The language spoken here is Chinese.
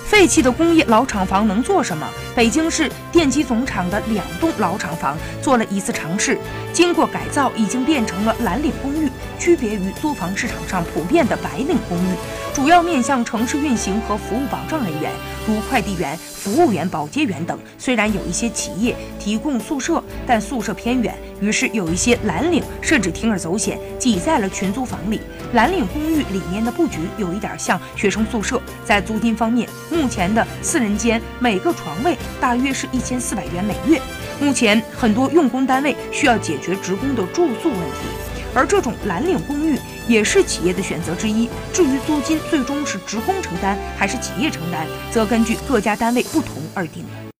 废弃的工业老厂房能做什么？北京市电机总厂的2栋老厂房做了一次尝试，经过改造，已经变成了蓝领公寓，区别于租房市场上普遍的白领公寓，主要面向城市运行和服务保障人员，如快递员、服务员、保洁员等。虽然有一些企业提供宿舍，但宿舍偏远，于是有一些蓝领甚至铤而走险，挤在了群租房里。蓝领公寓里面的布局有一点像学生宿舍。在租金方面，目前的4人间每个床位大约是1400元每月。目前很多用工单位需要解决职工的住宿问题，而这种蓝领公寓也是企业的选择之一。至于租金最终是职工承担还是企业承担，则根据各家单位不同而定。